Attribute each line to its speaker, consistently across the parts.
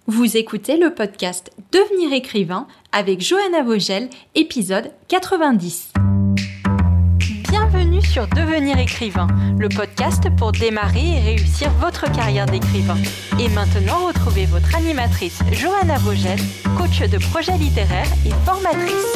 Speaker 1: Vous écoutez le podcast Devenir écrivain avec Johanna Vogel, épisode 90. Bienvenue sur Devenir écrivain, le podcast pour démarrer et réussir votre carrière d'écrivain. Et maintenant, retrouvez votre animatrice Johanna Vogel, coach de projets littéraires et formatrice.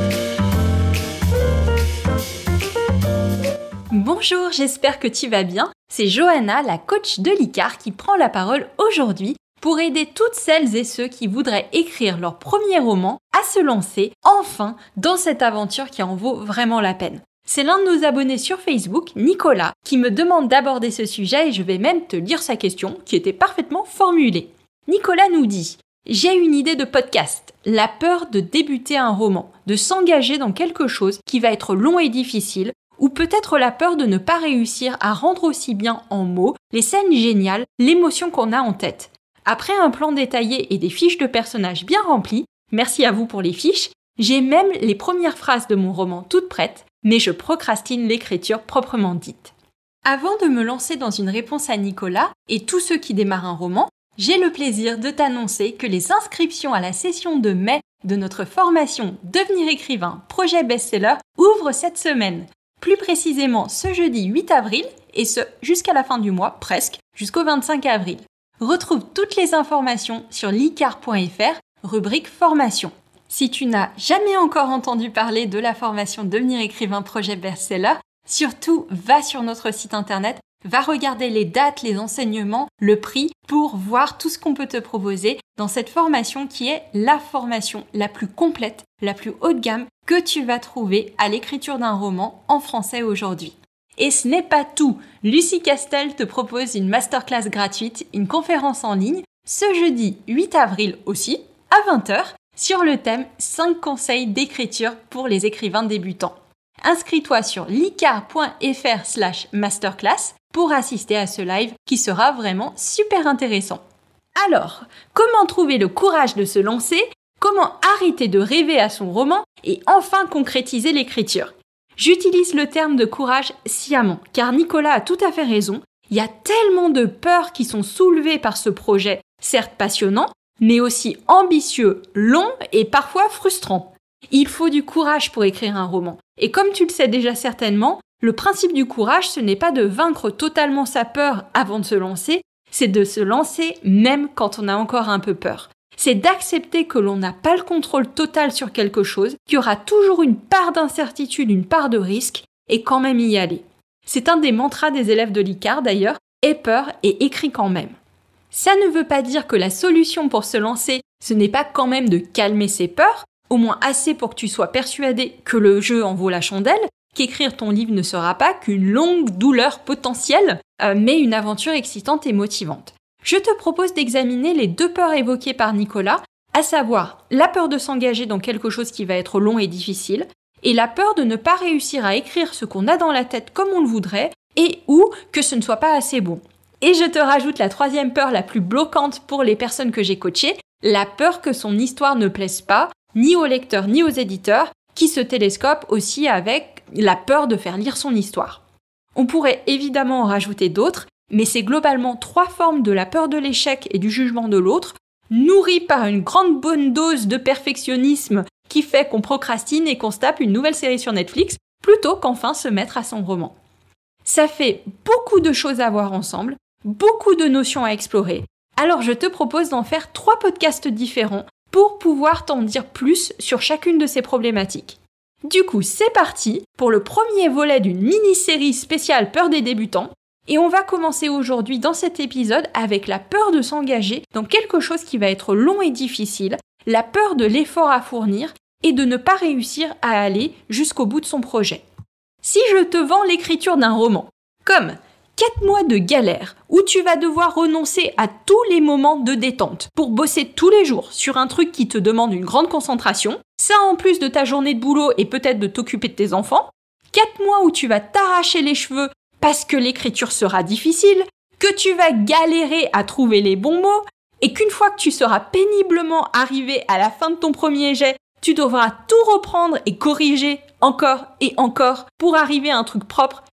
Speaker 1: Bonjour, j'espère que tu vas bien. C'est Johanna, la coach de l'ICAR, qui prend la parole aujourd'hui pour aider toutes celles et ceux qui voudraient écrire leur premier roman à se lancer enfin dans cette aventure qui en vaut vraiment la peine. C'est l'un de nos abonnés sur Facebook, Nicolas, qui me demande d'aborder ce sujet et je vais même te lire sa question qui était parfaitement formulée. Nicolas nous dit « J'ai une idée de podcast, la peur de débuter un roman, de s'engager dans quelque chose qui va être long et difficile, ou peut-être la peur de ne pas réussir à rendre aussi bien en mots les scènes géniales, l'émotion qu'on a en tête. Après un plan détaillé et des fiches de personnages bien remplies, merci à vous pour les fiches, j'ai même les premières phrases de mon roman toutes prêtes, mais je procrastine l'écriture proprement dite. Avant de me lancer dans une réponse à Nicolas et tous ceux qui démarrent un roman, j'ai le plaisir de t'annoncer que les inscriptions à la session de mai de notre formation Devenir écrivain, projet best-seller ouvrent cette semaine. Plus précisément ce jeudi 8 avril et ce jusqu'à la fin du mois, presque, jusqu'au 25 avril. Retrouve toutes les informations sur licar.fr, rubrique formation. Si tu n'as jamais encore entendu parler de la formation Devenir écrivain projet best-seller, surtout va sur notre site internet, va regarder les dates, les enseignements, le prix pour voir tout ce qu'on peut te proposer dans cette formation qui est la formation la plus complète, la plus haut de gamme que tu vas trouver à l'écriture d'un roman en français aujourd'hui. Et ce n'est pas tout. Lucie Castel te propose une masterclass gratuite, une conférence en ligne, ce jeudi 8 avril aussi, à 20h, sur le thème 5 conseils d'écriture pour les écrivains débutants. Inscris-toi sur licar.fr/masterclass pour assister à ce live qui sera vraiment super intéressant. Alors, comment trouver le courage de se lancer? Comment arrêter de rêver à son roman et enfin concrétiser l'écriture? J'utilise le terme de courage sciemment, car Nicolas a tout à fait raison. Il y a tellement de peurs qui sont soulevées par ce projet, certes passionnant, mais aussi ambitieux, long et parfois frustrant. Il faut du courage pour écrire un roman. Et comme tu le sais déjà certainement, le principe du courage, ce n'est pas de vaincre totalement sa peur avant de se lancer, c'est de se lancer même quand on a encore un peu peur. C'est d'accepter que l'on n'a pas le contrôle total sur quelque chose, qu'il y aura toujours une part d'incertitude, une part de risque, et quand même y aller. C'est un des mantras des élèves de l'ICAR d'ailleurs, aie peur et écris quand même. Ça ne veut pas dire que la solution pour se lancer, ce n'est pas quand même de calmer ses peurs, au moins assez pour que tu sois persuadé que le jeu en vaut la chandelle, qu'écrire ton livre ne sera pas qu'une longue douleur potentielle, mais une aventure excitante et motivante. Je te propose d'examiner les deux peurs évoquées par Nicolas, à savoir la peur de s'engager dans quelque chose qui va être long et difficile, et la peur de ne pas réussir à écrire ce qu'on a dans la tête comme on le voudrait, et ou que ce ne soit pas assez bon. Et je te rajoute la troisième peur la plus bloquante pour les personnes que j'ai coachées, la peur que son histoire ne plaise pas, ni aux lecteurs ni aux éditeurs, qui se télescopent aussi avec la peur de faire lire son histoire. On pourrait évidemment en rajouter d'autres, mais c'est globalement 3 formes de la peur de l'échec et du jugement de l'autre, nourries par une grande bonne dose de perfectionnisme qui fait qu'on procrastine et qu'on se tape une nouvelle série sur Netflix, plutôt qu'enfin se mettre à son roman. Ça fait beaucoup de choses à voir ensemble, beaucoup de notions à explorer, alors je te propose d'en faire 3 podcasts différents pour pouvoir t'en dire plus sur chacune de ces problématiques. Du coup, c'est parti pour le premier volet d'une mini-série spéciale peur des débutants. Et on va commencer aujourd'hui dans cet épisode avec la peur de s'engager dans quelque chose qui va être long et difficile, la peur de l'effort à fournir et de ne pas réussir à aller jusqu'au bout de son projet. Si je te vends l'écriture d'un roman, comme 4 mois de galère où tu vas devoir renoncer à tous les moments de détente pour bosser tous les jours sur un truc qui te demande une grande concentration, ça en plus de ta journée de boulot et peut-être de t'occuper de tes enfants, 4 mois où tu vas t'arracher les cheveux parce que l'écriture sera difficile, que tu vas galérer à trouver les bons mots, et qu'une fois que tu seras péniblement arrivé à la fin de ton premier jet, tu devras tout reprendre et corriger encore et encore pour arriver à un truc propre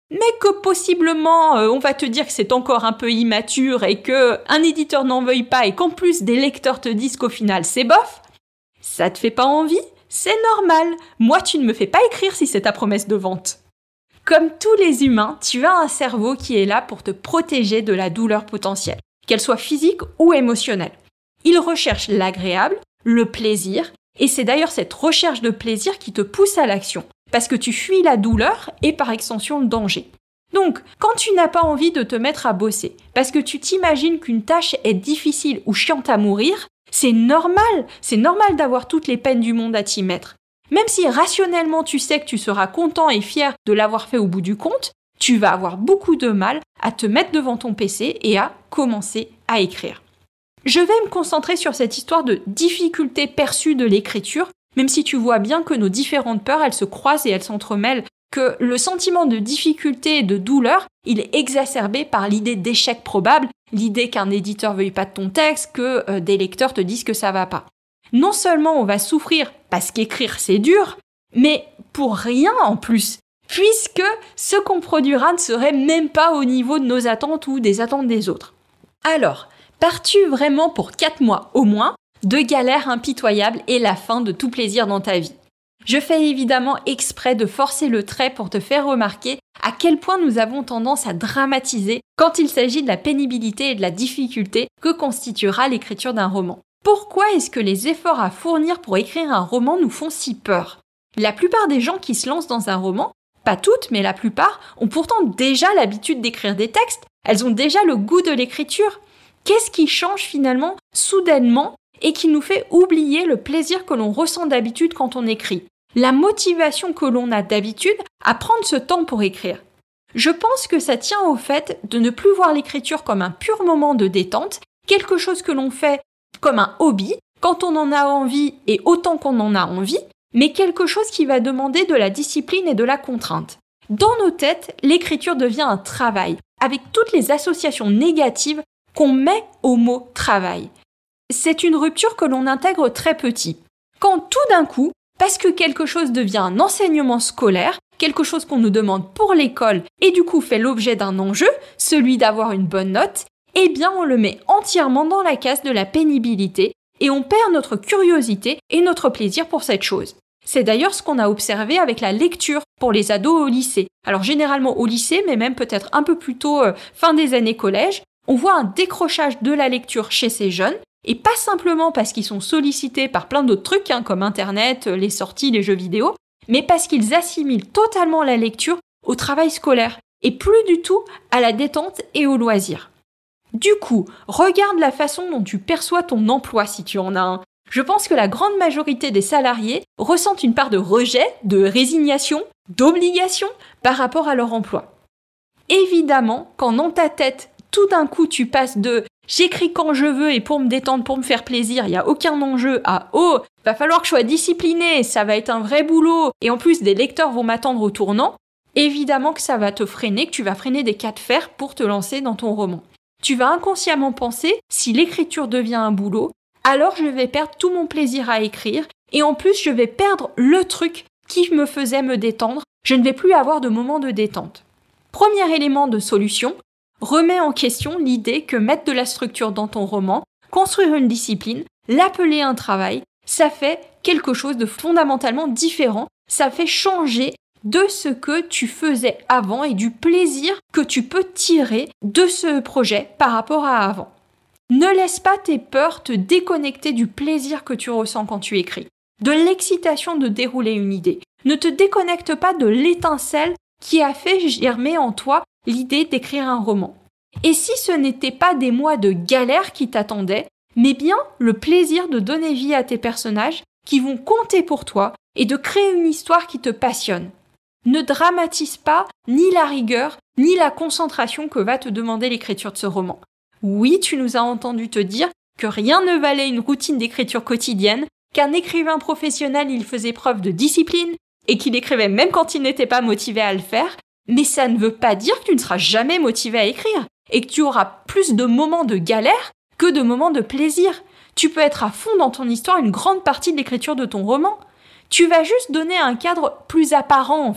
Speaker 1: mais que possiblement on va te dire que c'est encore un peu immature et que un éditeur n'en veuille pas et qu'en plus des lecteurs te disent qu'au final c'est bof, ça te fait pas envie? C'est normal. Moi, tu ne me fais pas écrire si c'est ta promesse de vente. Comme tous les humains, tu as un cerveau qui est là pour te protéger de la douleur potentielle, qu'elle soit physique ou émotionnelle. Il recherche l'agréable, le plaisir, et c'est d'ailleurs cette recherche de plaisir qui te pousse à l'action, parce que tu fuis la douleur et par extension le danger. Donc, quand tu n'as pas envie de te mettre à bosser, parce que tu t'imagines qu'une tâche est difficile ou chiante à mourir, c'est normal d'avoir toutes les peines du monde à t'y mettre. Même si rationnellement tu sais que tu seras content et fier de l'avoir fait au bout du compte, tu vas avoir beaucoup de mal à te mettre devant ton PC et à commencer à écrire. Je vais me concentrer sur cette histoire de difficulté perçue de l'écriture, même si tu vois bien que nos différentes peurs, elles se croisent et elles s'entremêlent, que le sentiment de difficulté et de douleur, il est exacerbé par l'idée d'échec probable, l'idée qu'un éditeur veuille pas de ton texte, que des lecteurs te disent que ça va pas. Non seulement on va souffrir parce qu'écrire c'est dur, mais pour rien en plus, puisque ce qu'on produira ne serait même pas au niveau de nos attentes ou des attentes des autres. Alors, pars-tu vraiment pour 4 mois au moins de galères impitoyables et la fin de tout plaisir dans ta vie? Je fais évidemment exprès de forcer le trait pour te faire remarquer à quel point nous avons tendance à dramatiser quand il s'agit de la pénibilité et de la difficulté que constituera l'écriture d'un roman. Pourquoi est-ce que les efforts à fournir pour écrire un roman nous font si peur? La plupart des gens qui se lancent dans un roman, pas toutes, mais la plupart, ont pourtant déjà l'habitude d'écrire des textes, elles ont déjà le goût de l'écriture. Qu'est-ce qui change finalement, soudainement, et qui nous fait oublier le plaisir que l'on ressent d'habitude quand on écrit? La motivation que l'on a d'habitude à prendre ce temps pour écrire. Je pense que ça tient au fait de ne plus voir l'écriture comme un pur moment de détente, quelque chose que l'on fait comme un hobby, quand on en a envie et autant qu'on en a envie, mais quelque chose qui va demander de la discipline et de la contrainte. Dans nos têtes, l'écriture devient un travail, avec toutes les associations négatives qu'on met au mot travail. C'est une rupture que l'on intègre très petit. Quand tout d'un coup, parce que quelque chose devient un enseignement scolaire, quelque chose qu'on nous demande pour l'école et du coup fait l'objet d'un enjeu, celui d'avoir une bonne note, eh bien on le met entièrement dans la case de la pénibilité et on perd notre curiosité et notre plaisir pour cette chose. C'est d'ailleurs ce qu'on a observé avec la lecture pour les ados au lycée. Alors généralement au lycée, mais même peut-être un peu plus tôt, fin des années collège, on voit un décrochage de la lecture chez ces jeunes, et pas simplement parce qu'ils sont sollicités par plein d'autres trucs, comme Internet, les sorties, les jeux vidéo, mais parce qu'ils assimilent totalement la lecture au travail scolaire, et plus du tout à la détente et au loisir. Du coup, regarde la façon dont tu perçois ton emploi si tu en as un. Je pense que la grande majorité des salariés ressentent une part de rejet, de résignation, d'obligation par rapport à leur emploi. Évidemment, quand dans ta tête, tout d'un coup tu passes de « j'écris quand je veux et pour me détendre, pour me faire plaisir, il n'y a aucun enjeu » à « oh, va falloir que je sois discipliné, ça va être un vrai boulot et en plus des lecteurs vont m'attendre au tournant », évidemment que ça va te freiner, que tu vas freiner des cas de fer pour te lancer dans ton roman. Tu vas inconsciemment penser « si l'écriture devient un boulot, alors je vais perdre tout mon plaisir à écrire et en plus je vais perdre le truc qui me faisait me détendre, je ne vais plus avoir de moment de détente ». Premier élément de solution, remets en question l'idée que mettre de la structure dans ton roman, construire une discipline, l'appeler un travail, ça fait quelque chose de fondamentalement différent, ça fait changer de ce que tu faisais avant et du plaisir que tu peux tirer de ce projet par rapport à avant. Ne laisse pas tes peurs te déconnecter du plaisir que tu ressens quand tu écris, de l'excitation de dérouler une idée. Ne te déconnecte pas de l'étincelle qui a fait germer en toi l'idée d'écrire un roman. Et si ce n'était pas des mois de galère qui t'attendaient, mais bien le plaisir de donner vie à tes personnages qui vont compter pour toi et de créer une histoire qui te passionne. Ne dramatise pas ni la rigueur, ni la concentration que va te demander l'écriture de ce roman. Oui, tu nous as entendu te dire que rien ne valait une routine d'écriture quotidienne, qu'un écrivain professionnel il faisait preuve de discipline et qu'il écrivait même quand il n'était pas motivé à le faire, mais ça ne veut pas dire que tu ne seras jamais motivé à écrire et que tu auras plus de moments de galère que de moments de plaisir. Tu peux être à fond dans ton histoire une grande partie de l'écriture de ton roman. Tu vas juste donner un cadre plus apparent en fait,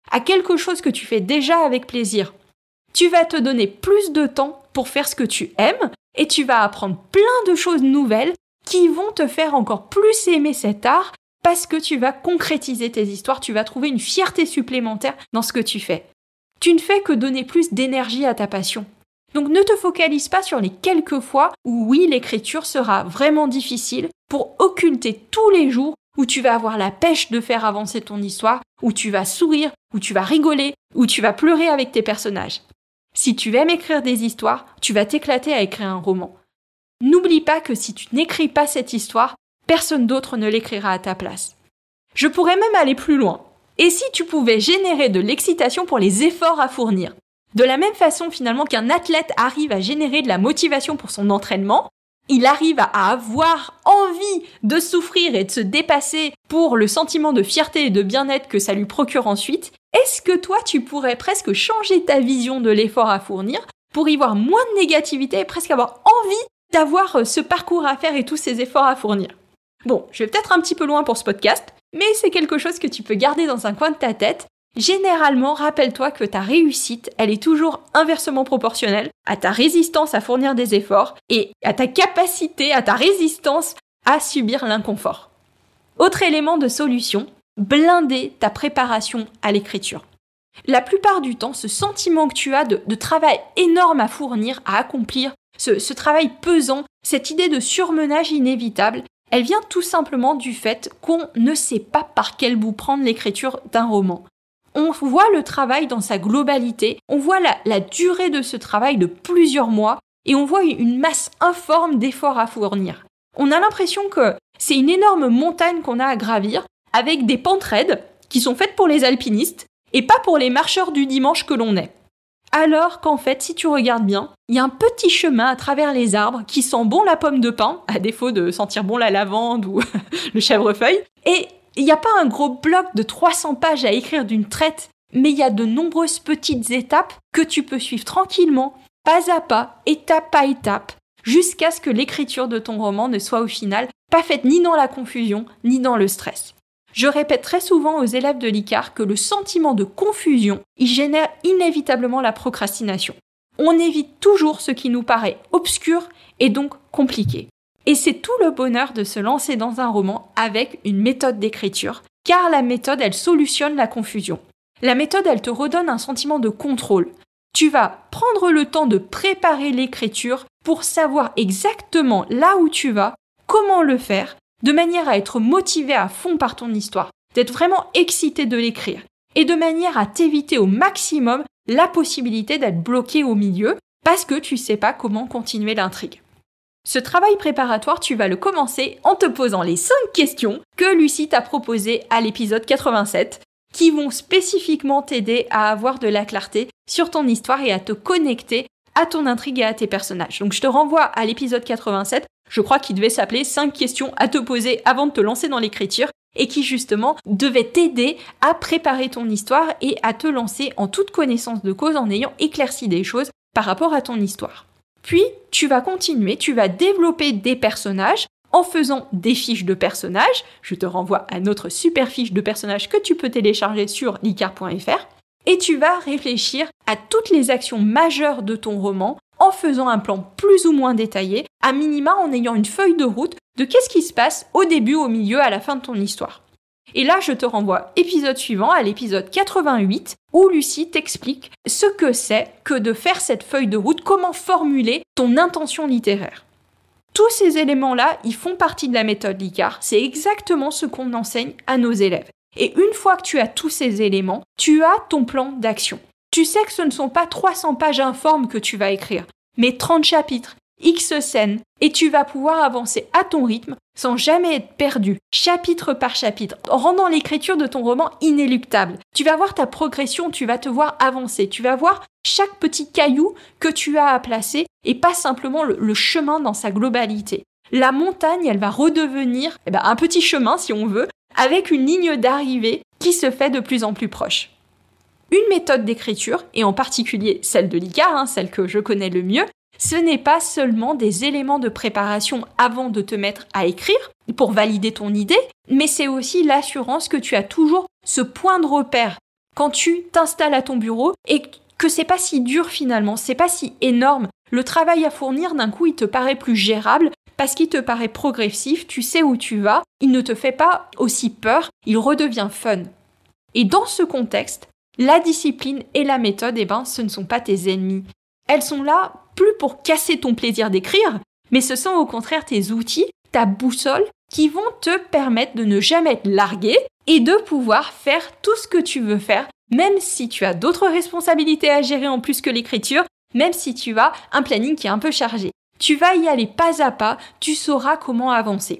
Speaker 1: à quelque chose que tu fais déjà avec plaisir. Tu vas te donner plus de temps pour faire ce que tu aimes et tu vas apprendre plein de choses nouvelles qui vont te faire encore plus aimer cet art parce que tu vas concrétiser tes histoires, tu vas trouver une fierté supplémentaire dans ce que tu fais. Tu ne fais que donner plus d'énergie à ta passion. Donc ne te focalise pas sur les quelques fois où oui, l'écriture sera vraiment difficile pour occulter tous les jours où tu vas avoir la pêche de faire avancer ton histoire, où tu vas sourire, où tu vas rigoler, où tu vas pleurer avec tes personnages. Si tu aimes écrire des histoires, tu vas t'éclater à écrire un roman. N'oublie pas que si tu n'écris pas cette histoire, personne d'autre ne l'écrira à ta place. Je pourrais même aller plus loin. Et si tu pouvais générer de l'excitation pour les efforts à fournir ? De la même façon finalement qu'un athlète arrive à générer de la motivation pour son entraînement, il arrive à avoir envie de souffrir et de se dépasser pour le sentiment de fierté et de bien-être que ça lui procure ensuite. Est-ce que toi, tu pourrais presque changer ta vision de l'effort à fournir pour y voir moins de négativité et presque avoir envie d'avoir ce parcours à faire et tous ces efforts à fournir ? Bon, je vais peut-être un petit peu loin pour ce podcast, mais c'est quelque chose que tu peux garder dans un coin de ta tête. Généralement, rappelle-toi que ta réussite, elle est toujours inversement proportionnelle à ta résistance à fournir des efforts et à ta capacité, à ta résistance à subir l'inconfort. Autre élément de solution, blinder ta préparation à l'écriture. La plupart du temps, ce sentiment que tu as de travail énorme à fournir, à accomplir, ce travail pesant, cette idée de surmenage inévitable, elle vient tout simplement du fait qu'on ne sait pas par quel bout prendre l'écriture d'un roman. On voit le travail dans sa globalité, on voit la durée de ce travail de plusieurs mois et on voit une masse informe d'efforts à fournir. On a l'impression que c'est une énorme montagne qu'on a à gravir avec des pentes raides qui sont faites pour les alpinistes et pas pour les marcheurs du dimanche que l'on est. Alors qu'en fait, si tu regardes bien, il y a un petit chemin à travers les arbres qui sent bon la pomme de pin, à défaut de sentir bon la lavande ou le chèvrefeuille, et il n'y a pas un gros bloc de 300 pages à écrire d'une traite, mais il y a de nombreuses petites étapes que tu peux suivre tranquillement, pas à pas, étape à étape, jusqu'à ce que l'écriture de ton roman ne soit au final pas faite ni dans la confusion, ni dans le stress. Je répète très souvent aux élèves de l'ICAR que le sentiment de confusion, il génère inévitablement la procrastination. On évite toujours ce qui nous paraît obscur et donc compliqué. Et c'est tout le bonheur de se lancer dans un roman avec une méthode d'écriture, car la méthode, elle solutionne la confusion. La méthode, elle te redonne un sentiment de contrôle. Tu vas prendre le temps de préparer l'écriture pour savoir exactement là où tu vas, comment le faire, de manière à être motivé à fond par ton histoire, d'être vraiment excité de l'écrire, et de manière à t'éviter au maximum la possibilité d'être bloqué au milieu parce que tu sais pas comment continuer l'intrigue. Ce travail préparatoire, tu vas le commencer en te posant les 5 questions que Lucie t'a proposées à l'épisode 87, qui vont spécifiquement t'aider à avoir de la clarté sur ton histoire et à te connecter à ton intrigue et à tes personnages. Donc je te renvoie à l'épisode 87, je crois qu'il devait s'appeler 5 questions à te poser avant de te lancer dans l'écriture et qui justement devait t'aider à préparer ton histoire et à te lancer en toute connaissance de cause en ayant éclairci des choses par rapport à ton histoire. Puis, tu vas continuer, tu vas développer des personnages en faisant des fiches de personnages. Je te renvoie à notre super fiche de personnages que tu peux télécharger sur licar.fr. Et tu vas réfléchir à toutes les actions majeures de ton roman en faisant un plan plus ou moins détaillé, à minima en ayant une feuille de route de qu'est-ce qui se passe au début, au milieu, à la fin de ton histoire. Et là, je te renvoie épisode suivant, à l'épisode 88, où Lucie t'explique ce que c'est que de faire cette feuille de route, comment formuler ton intention littéraire. Tous ces éléments-là, ils font partie de la méthode LICAR. C'est exactement ce qu'on enseigne à nos élèves. Et une fois que tu as tous ces éléments, tu as ton plan d'action. Tu sais que ce ne sont pas 300 pages informes que tu vas écrire, mais 30 chapitres, X scènes, et tu vas pouvoir avancer à ton rythme sans jamais être perdu, chapitre par chapitre, en rendant l'écriture de ton roman inéluctable. Tu vas voir ta progression, tu vas te voir avancer, tu vas voir chaque petit caillou que tu as à placer et pas simplement le chemin dans sa globalité. La montagne, elle va redevenir un petit chemin, si on veut, avec une ligne d'arrivée qui se fait de plus en plus proche. Une méthode d'écriture, et en particulier celle de l'ICAR, celle que je connais le mieux, ce n'est pas seulement des éléments de préparation avant de te mettre à écrire pour valider ton idée, mais c'est aussi l'assurance que tu as toujours ce point de repère quand tu t'installes à ton bureau et que c'est pas si dur finalement, c'est pas si énorme. Le travail à fournir, d'un coup, il te paraît plus gérable parce qu'il te paraît progressif, tu sais où tu vas, il ne te fait pas aussi peur, il redevient fun. Et dans ce contexte, la discipline et la méthode, ce ne sont pas tes ennemis. Elles sont là plus pour casser ton plaisir d'écrire, mais ce sont au contraire tes outils, ta boussole, qui vont te permettre de ne jamais être largué et de pouvoir faire tout ce que tu veux faire, même si tu as d'autres responsabilités à gérer en plus que l'écriture, même si tu as un planning qui est un peu chargé. Tu vas y aller pas à pas, tu sauras comment avancer.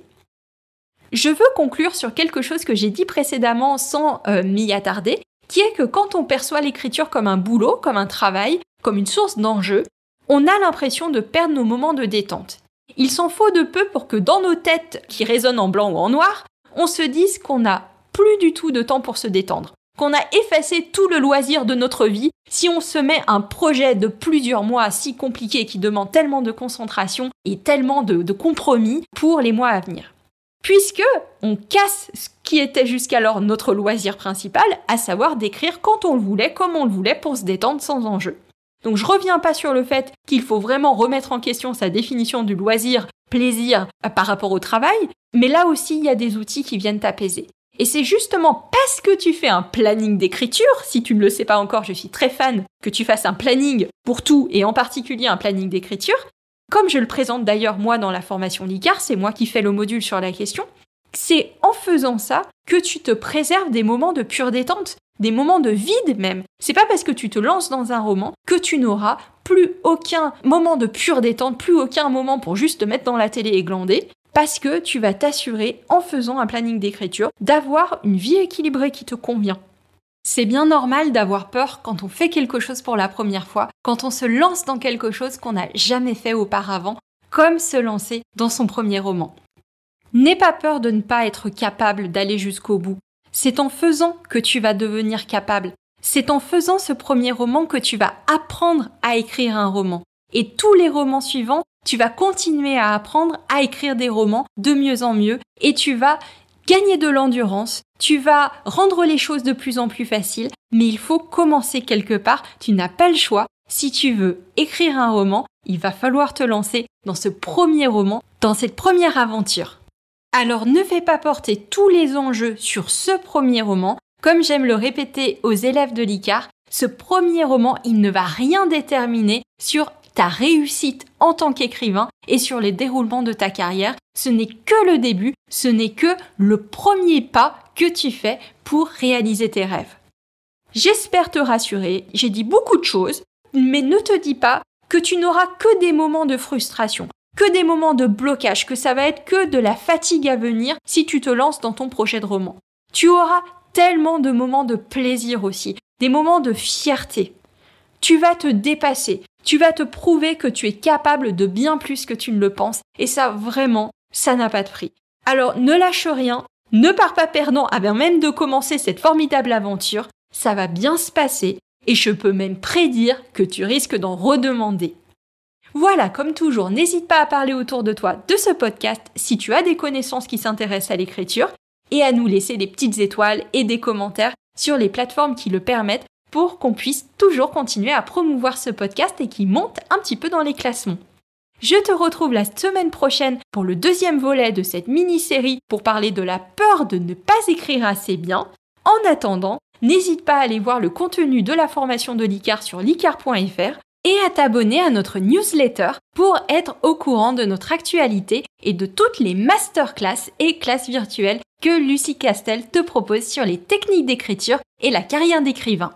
Speaker 1: Je veux conclure sur quelque chose que j'ai dit précédemment sans m'y attarder, qui est que quand on perçoit l'écriture comme un boulot, comme un travail, comme une source d'enjeu, on a l'impression de perdre nos moments de détente. Il s'en faut de peu pour que dans nos têtes qui résonnent en blanc ou en noir, on se dise qu'on n'a plus du tout de temps pour se détendre, qu'on a effacé tout le loisir de notre vie si on se met un projet de plusieurs mois si compliqué qui demande tellement de concentration et tellement de compromis pour les mois à venir. Puisque on casse ce qui était jusqu'alors notre loisir principal, à savoir d'écrire quand on le voulait, comme on le voulait, pour se détendre sans enjeu. Donc je reviens pas sur le fait qu'il faut vraiment remettre en question sa définition du loisir, plaisir par rapport au travail, mais là aussi il y a des outils qui viennent t'apaiser. Et c'est justement parce que tu fais un planning d'écriture, si tu ne le sais pas encore, je suis très fan que tu fasses un planning pour tout et en particulier un planning d'écriture, comme je le présente d'ailleurs moi dans la formation LICAR, c'est moi qui fais le module sur la question, c'est en faisant ça que tu te préserves des moments de pure détente, des moments de vide même. C'est pas parce que tu te lances dans un roman que tu n'auras plus aucun moment de pure détente, plus aucun moment pour juste te mettre dans la télé et glander, parce que tu vas t'assurer, en faisant un planning d'écriture, d'avoir une vie équilibrée qui te convient. C'est bien normal d'avoir peur quand on fait quelque chose pour la première fois, quand on se lance dans quelque chose qu'on n'a jamais fait auparavant, comme se lancer dans son premier roman. N'aie pas peur de ne pas être capable d'aller jusqu'au bout. C'est en faisant que tu vas devenir capable. C'est en faisant ce premier roman que tu vas apprendre à écrire un roman. Et tous les romans suivants, tu vas continuer à apprendre à écrire des romans de mieux en mieux et tu vas gagner de l'endurance, tu vas rendre les choses de plus en plus faciles, mais il faut commencer quelque part, tu n'as pas le choix. Si tu veux écrire un roman, il va falloir te lancer dans ce premier roman, dans cette première aventure. Alors ne fais pas porter tous les enjeux sur ce premier roman. Comme j'aime le répéter aux élèves de l'ICAR, ce premier roman, il ne va rien déterminer sur ta réussite en tant qu'écrivain et sur les déroulements de ta carrière. Ce n'est que le début, ce n'est que le premier pas que tu fais pour réaliser tes rêves. J'espère te rassurer, j'ai dit beaucoup de choses, mais ne te dis pas que tu n'auras que des moments de frustration, que des moments de blocage, que ça va être que de la fatigue à venir si tu te lances dans ton projet de roman. Tu auras tellement de moments de plaisir aussi, des moments de fierté. Tu vas te dépasser, tu vas te prouver que tu es capable de bien plus que tu ne le penses, et ça vraiment, ça n'a pas de prix. Alors ne lâche rien, ne pars pas perdant avant même de commencer cette formidable aventure, ça va bien se passer, et je peux même prédire que tu risques d'en redemander. Voilà, comme toujours, n'hésite pas à parler autour de toi de ce podcast si tu as des connaissances qui s'intéressent à l'écriture et à nous laisser des petites étoiles et des commentaires sur les plateformes qui le permettent pour qu'on puisse toujours continuer à promouvoir ce podcast et qu'il monte un petit peu dans les classements. Je te retrouve la semaine prochaine pour le deuxième volet de cette mini-série pour parler de la peur de ne pas écrire assez bien. En attendant, n'hésite pas à aller voir le contenu de la formation de l'ICAR sur licar.fr et à t'abonner à notre newsletter pour être au courant de notre actualité et de toutes les masterclass et classes virtuelles que Lucie Castel te propose sur les techniques d'écriture et la carrière d'écrivain.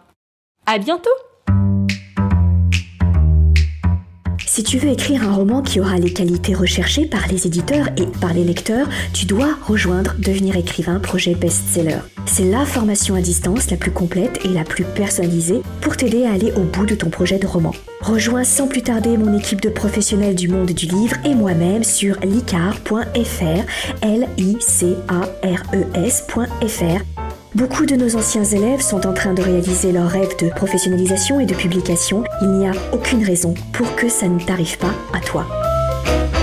Speaker 1: À bientôt!
Speaker 2: Si tu veux écrire un roman qui aura les qualités recherchées par les éditeurs et par les lecteurs, tu dois rejoindre Devenir écrivain projet best-seller. C'est la formation à distance la plus complète et la plus personnalisée pour t'aider à aller au bout de ton projet de roman. Rejoins sans plus tarder mon équipe de professionnels du monde du livre et moi-même sur licar.fr, licares.fr. Beaucoup de nos anciens élèves sont en train de réaliser leur rêve de professionnalisation et de publication. Il n'y a aucune raison pour que ça ne t'arrive pas à toi.